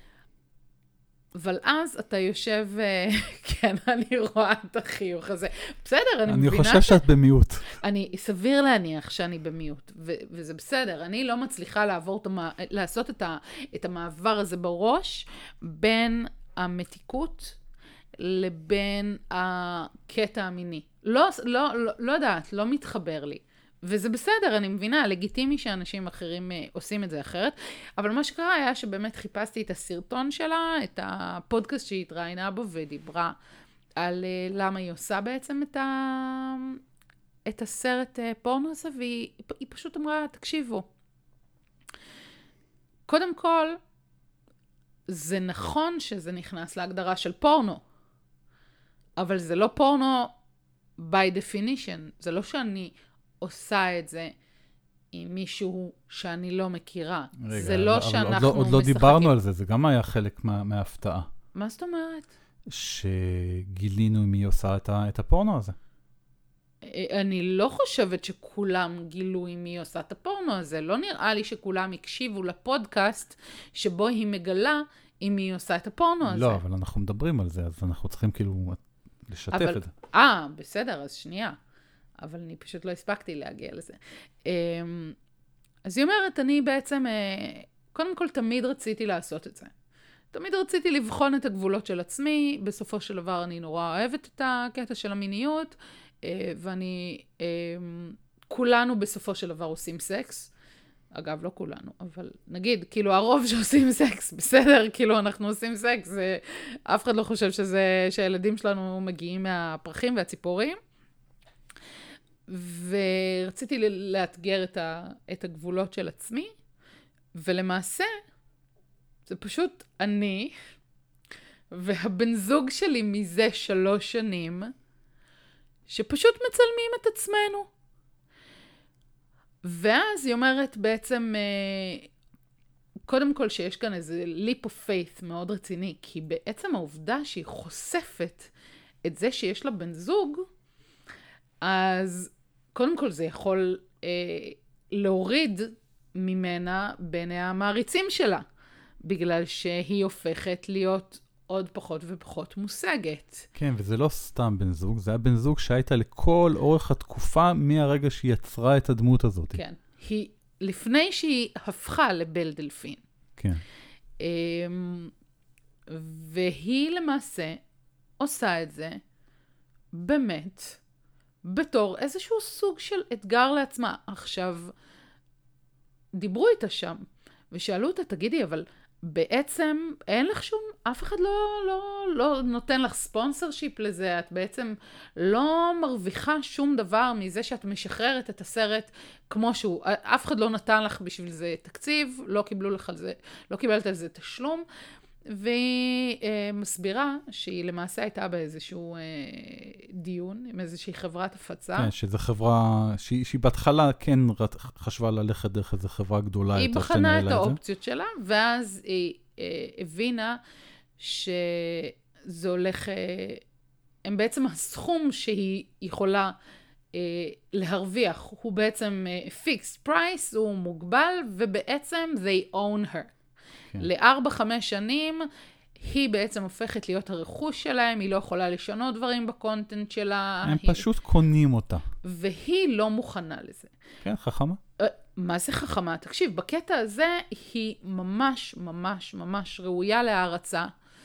אבל אז אתה יושב, כן, אני רואה את החיוך הזה. בסדר, אני מבינה... אני חושב שאת במיעוט. אני סביר להניח שאני במיעוט, וזה בסדר. אני לא מצליחה לעשות את המעבר הזה בראש, בין המתיקות לבין הקטע המיני. לא יודעת, לא מתחבר לי. וזה בסדר, אני מבינה, לגיטימי שאנשים אחרים עושים את זה אחרת, אבל מה שקרה היה שבאמת חיפשתי את הסרטון שלה, את הפודקאסט שהיא התראיינה בו ודיברה על למה היא עושה בעצם את הסרט פורנו הזה, והיא פשוט אמרה, תקשיבו, קודם כל, זה נכון שזה נכנס להגדרה של פורנו, אבל זה לא פורנו by definition, זה לא שאני עושה את זה עם מישהו שאני לא מכירה. רגע, זה לא שאנחנו עוד לא דיברנו על זה, זה גם היה חלק מההפתעה. מה זאת אומרת? שגילינו מי עושה את הפורנו הזה. אני לא חושבת שכולם גילו עם מי עושה את הפורנו הזה. לא נראה לי שכולם הקשיבו לפודקאסט שבו היא מגלה עם מי עושה את הפורנו הזה. לא, אבל אנחנו מדברים על זה, אז אנחנו צריכים כאילו לשתף את זה. בסדר, אז שנייה. אבל אני פשוט לא הספקתי להגיע לזה. אז היא אומרת, אני בעצם, קודם כל תמיד רציתי לעשות את זה. תמיד רציתי לבחון את הגבולות של עצמי, בסופו של דבר אני נורא אוהבת את הקטע של המיניות, ואני, כולנו בסופו של דבר עושים סקס. אגב, לא כולנו, אבל נגיד, כאילו הרוב שעושים סקס, בסדר, כאילו אנחנו עושים סקס, אף אחד לא חושב שהילדים שלנו מגיעים מהפרחים והציפורים. ורציתי לאתגר את הגבולות של עצמי, ולמעשה, זה פשוט אני, והבן זוג שלי מזה 3 שנים, שפשוט מצלמים את עצמנו. ואז היא אומרת בעצם, קודם כל שיש כאן איזה leap of faith מאוד רציני, כי בעצם העובדה שהיא חושפת את זה שיש לה בן זוג, אז קודם כל זה יכול להוריד ממנה בעיני המעריצים שלה, בגלל שהיא הופכת להיות עוד פחות ופחות מושגת. כן, וזה לא סתם בן זוג, זה היה בן זוג שהייתה לכל אורך התקופה מהרגע שהיא יצרה את הדמות הזאת. כן, לפני שהיא הפכה לבל דלפין. כן. והיא למעשה עושה את זה באמת בתור איזשהו סוג של אתגר לעצמה. עכשיו, דיברו איתה שם, ושאלו אותה, תגידי, אבל בעצם אין לך שום, אף אחד לא נותן לך ספונסרשיפ לזה, את בעצם לא מרוויחה שום דבר מזה שאת משחררת את הסרט כמו שהוא, אף אחד לא נתן לך בשביל זה תקציב, לא קיבלת על זה תשלום, והיא מסבירה שהיא למעשה הייתה באיזשהו דיון עם איזושהי חברת הפצה. כן, שזו חברה, שהיא בהתחלה כן חשבה ללכת דרך איזו חברה גדולה. היא בחנה את האופציות שלה, ואז היא הבינה שזה הולך, הם בעצם הסכום שהיא יכולה להרוויח, הוא בעצם fixed price, הוא מוגבל, ובעצם they own her. כן. ל4-5 שנים, היא בעצם הופכת להיות הרכוש שלהם, היא לא יכולה לשנות דברים בקונטנט שלה. הם פשוט קונים אותה. והיא לא מוכנה לזה. כן, חכמה. מה זה חכמה? תקשיב, בקטע הזה היא ממש ממש ממש ראויה להערצה.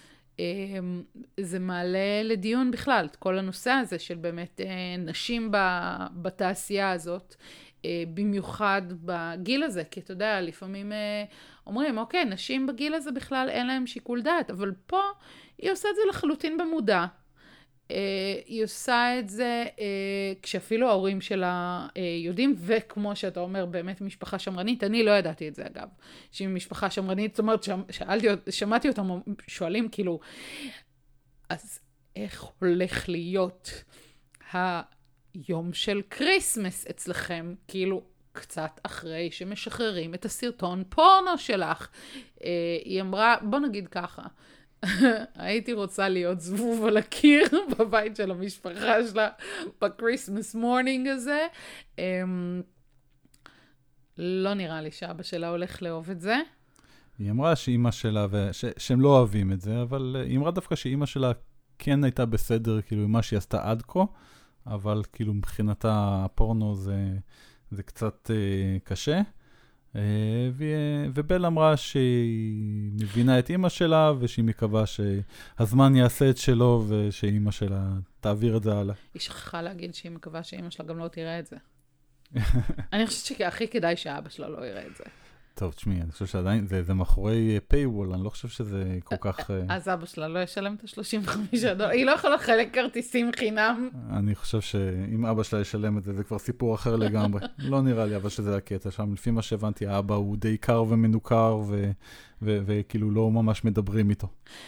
זה מעלה לדיון בכלל, את כל הנושא הזה של באמת נשים בתעשייה הזאת, במיוחד בגיל הזה, כי אתה יודע, לפעמים אומרים, אוקיי, נשים בגיל הזה בכלל אין להם שיקול דעת, אבל פה היא עושה את זה לחלוטין במודע. היא עושה את זה כשאפילו ההורים שלה יודעים, וכמו שאתה אומר, באמת משפחה שמרנית, אני לא ידעתי את זה אגב, שהיא משפחה שמרנית, זאת אומרת, שמעתי אותם שואלים כאילו, אז איך הולך להיות היום של קריסמס אצלכם, כאילו קצת אחרי שמשחררים את הסרטון פורנו שלך. היא אמרה, בוא נגיד ככה, הייתי רוצה להיות זבוב על הקיר בבית של המשפחה שלה בקריסמס מורנינג הזה. לא נראה לי שאבא שלה הולך לאהוב את זה. היא אמרה שאימא שלה, שהם לא אוהבים את זה, אבל היא אמרה דווקא שאימא שלה כן הייתה בסדר, כאילו, מה שהיא עשתה עד כה, אבל כאילו מבחינתה הפורנו זה קצת קשה. ובל אמרה שהיא מבינה את אמא שלה, ושהיא מקווה שהזמן יעשה את שלו, ושאמא שלה תעביר את זה הלאה. היא שכחה להגיד שהיא מקווה שאמא שלה גם לא תראה את זה. אני חושבת שהכי כדאי שאבא שלה לא יראה את זה. טוב, תשמעי, אני חושב שעדיין זה מאחורי paywall, אני לא חושב שזה כל כך... אז אבא שלה לא ישלם את $35, היא לא יכולה חלק כרטיסים חינם. אני חושב שאם אבא שלה ישלם את זה, זה כבר סיפור אחר לגמרי. לא נראה לי, אבל שזה הקטע שם. לפי מה שהבנתי, האבא הוא די קר ומנוכר, וכאילו לא ממש מדברים איתו.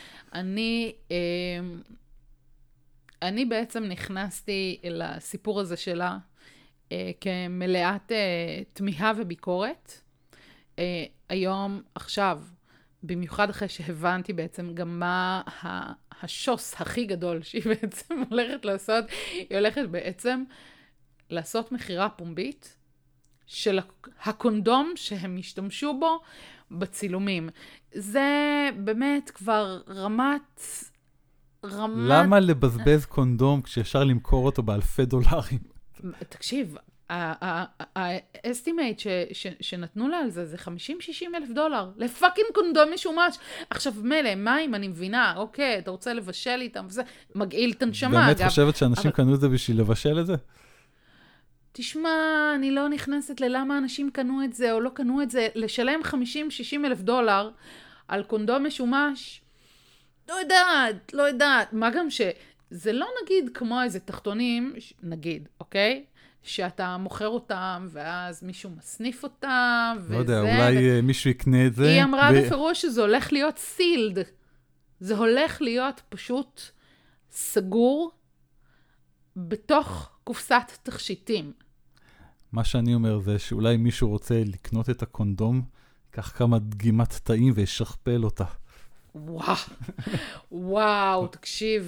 אני בעצם נכנסתי לסיפור הזה שלה, כמלאת תמיהה וביקורת. היום, עכשיו, במיוחד אחרי שהבנתי בעצם גם מה השוס הכי גדול שהיא בעצם הולכת לעשות, היא הולכת בעצם לעשות מחירה פומבית של הקונדום שהם השתמשו בו בצילומים. זה באמת כבר רמת... למה לבזבז קונדום כשאפשר למכור אותו באלפי דולרים? תקשיב, האסטימייט שנתנו לה על זה, זה $50,000-$60,000, לפאקינג קונדום משומש. עכשיו, מלא, מים, אני מבינה, אוקיי, אתה רוצה לבשל איתם, וזה מגעיל את הנשמה. באמת חושבת שאנשים קנו את זה בשביל לבשל את זה? תשמע, אני לא נכנסת ללמה אנשים קנו את זה או לא קנו את זה. לשלם $50,000-$60,000 על קונדום משומש, לא יודעת. מה גם שזה לא נגיד כמו איזה תחתונים, נגיד, אוקיי? שאתה מוכר אותם, ואז מישהו מסניף אותם, לא יודע, אולי מישהו יקנה את זה. היא אמרה בפירוש שזה הולך להיות סילד. זה הולך להיות פשוט סגור בתוך קופסת תכשיטים. מה שאני אומר זה שאולי מישהו רוצה לקנות את הקונדום, קח כמה דגימת תאים וישכפל אותה. וואו, תקשיב.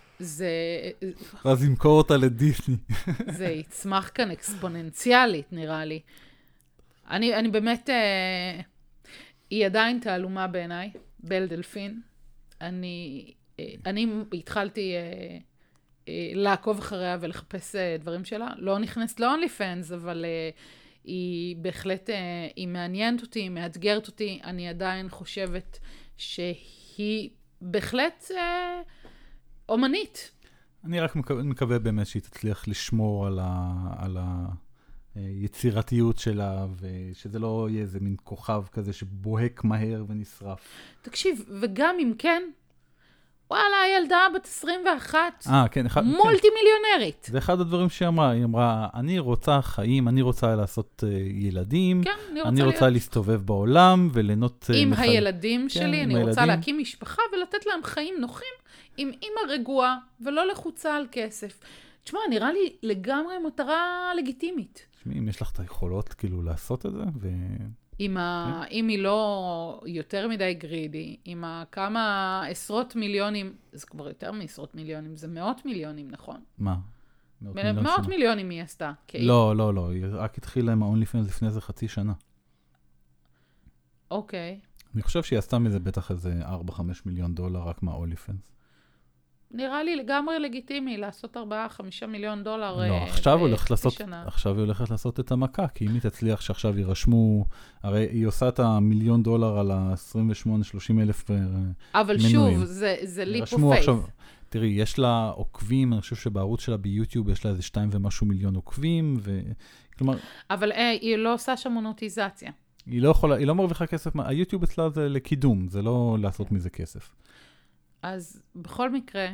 אז ימכור אותה לדיסני. זה יצמח כאן אקספוננציאלית, נראה לי. אני באמת, היא עדיין תעלומה בעיניי, בל דלפין. אני התחלתי לעקוב אחריה ולחפש דברים שלה. לא נכנסת ל-Only Fans, אבל היא בהחלט, היא מעניינת אותי, היא מאתגרת אותי. אני עדיין חושבת שהיא בהחלט... אומנית. אני רק מקווה באמת שהיא תצליח לשמור על היצירתיות שלה, ושזה לא יהיה איזה מין כוכב כזה שבוהק מהר ונשרף. תקשיב, וגם אם כן, וואלה, הילדה בת 21, כן, מולטי מיליונרית. זה אחד הדברים שהיא אמרה. היא אמרה, אני רוצה חיים, אני רוצה לעשות ילדים, אני רוצה להסתובב בעולם וליהנות... עם הילדים שלי, אני רוצה להקים משפחה ולתת להם חיים נוחים, עם אמא רגועה ולא לחוצה על כסף. תשמע, נראה לי לגמרי מטרה לגיטימית. תשמעי, אם יש לך את היכולות כאילו לעשות את זה, אם היא לא יותר מדי גרידי, עם כמה עשרות מיליונים, זה כבר יותר מעשרות מיליונים, זה מאות מיליונים, נכון? מה? מאות מיליונים היא עשתה. לא, היא רק התחילה עם ה-Only Fans לפני איזה חצי שנה. אוקיי. אני חושב שהיא עשתה מזה בטח איזה 4-5 מיליון דולר רק מהאוליפנס. נראה לי לגמרי לגיטימי לעשות 4-5 מיליון דולר לא, עכשיו היא הולכת לעשות את המכה, כי אם היא תצליח שעכשיו יירשמו, הרי היא עושה את $1 מיליון על ה-28-30 אלף מנויים. אבל שוב, זה ליפ אוף פייס. תראי, יש לה עוקבים, אני חושב שבערוץ שלה ביוטיוב יש לה איזה 2 ומשהו מיליון עוקבים, כלומר... אבל היא לא עושה שם מונוטיזציה. היא לא מרוויחה כסף, היוטיוב אצלה זה לקידום, זה לא לעשות מזה כסף. אז בכל מקרה,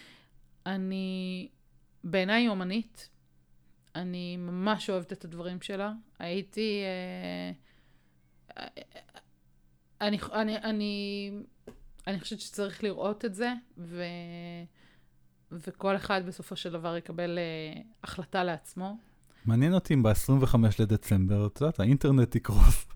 בעיניי היא אומנית, אני ממש אוהבת את הדברים שלה. אני חושבת שצריך לראות את זה, וכל אחד בסופו של דבר יקבל החלטה לעצמו. מעניין אותי אם ב-25 לדצמבר, את יודעת, האינטרנט יקרוס.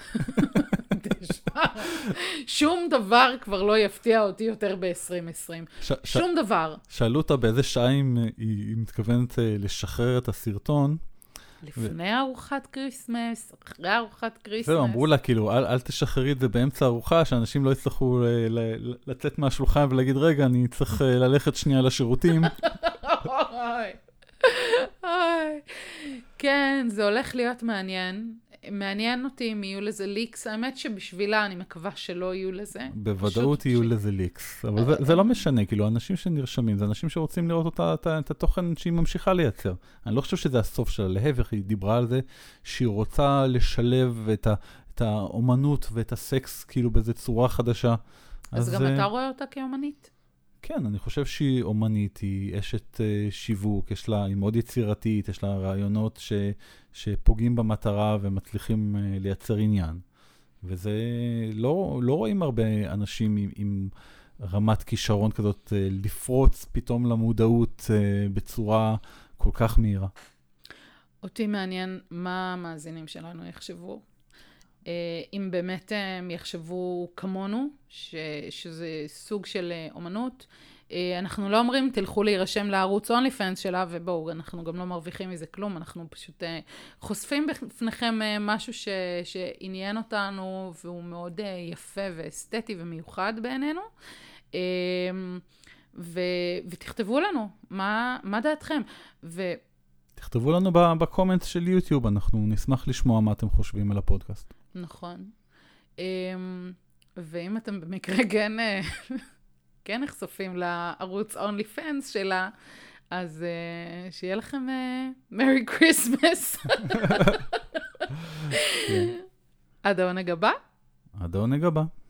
שום דבר כבר לא יפתיע אותי יותר ב-2020. שום דבר. שאלו אותה באיזה שעה היא מתכוונת לשחרר את הסרטון. לפני ארוחת קריסמס, אחרי ארוחת קריסמס. זהו, אמרו לה, כאילו, אל תשחררי את זה באמצע ארוחה, שאנשים לא יצטרכו לצאת מהשולחן ולהגיד, רגע, אני צריך ללכת שנייה לשירותים. כן, זה הולך להיות מעניין. מעניין אותי אם יהיו לזה ליקס. האמת שבשבילה אני מקווה שלא יהיו לזה. בוודאות יהיו לזה ליקס. אבל זה לא משנה, כאילו, אנשים שנרשמים, זה אנשים שרוצים לראות את התוכן שהיא ממשיכה לייצר. אני לא חושב שזה הסוף שלה, להפך, היא דיברה על זה שהיא רוצה לשלב את האומנות ואת הסקס, כאילו, באיזו צורה חדשה. אז גם אתה רואה אותה כאומנית? כן, אני חושב שהיא אומנית, היא אשת שיווק, היא מאוד יצירתית, יש לה רעיונות שפוגעים במטרה ומצליחים לייצר עניין. וזה, לא רואים הרבה אנשים עם רמת כישרון כזאת לפרוץ פתאום למודעות בצורה כל כך מהירה. אותי מעניין מה המאזינים שלנו יחשבו. אם באמת הם יחשבו כמונו, שזה סוג של אומנות, אנחנו לא אומרים, תלכו להירשם לערוץ OnlyFans שלה, ובואו, אנחנו גם לא מרוויחים מזה כלום, אנחנו פשוט חושפים בפניכם משהו שעניין אותנו, והוא מאוד יפה ואסתטי ומיוחד בעינינו, ותכתבו לנו, מה דעתכם? תכתבו לנו בקומנט של יוטיוב, אנחנו נשמח לשמוע מה אתם חושבים על הפודקאסט. נכון. ואם אתם במקרה כן נחשפים לערוץ OnlyFans שלה, אז שיהיה לכם Merry Christmas. עד העונג הבא. עד העונג הבא.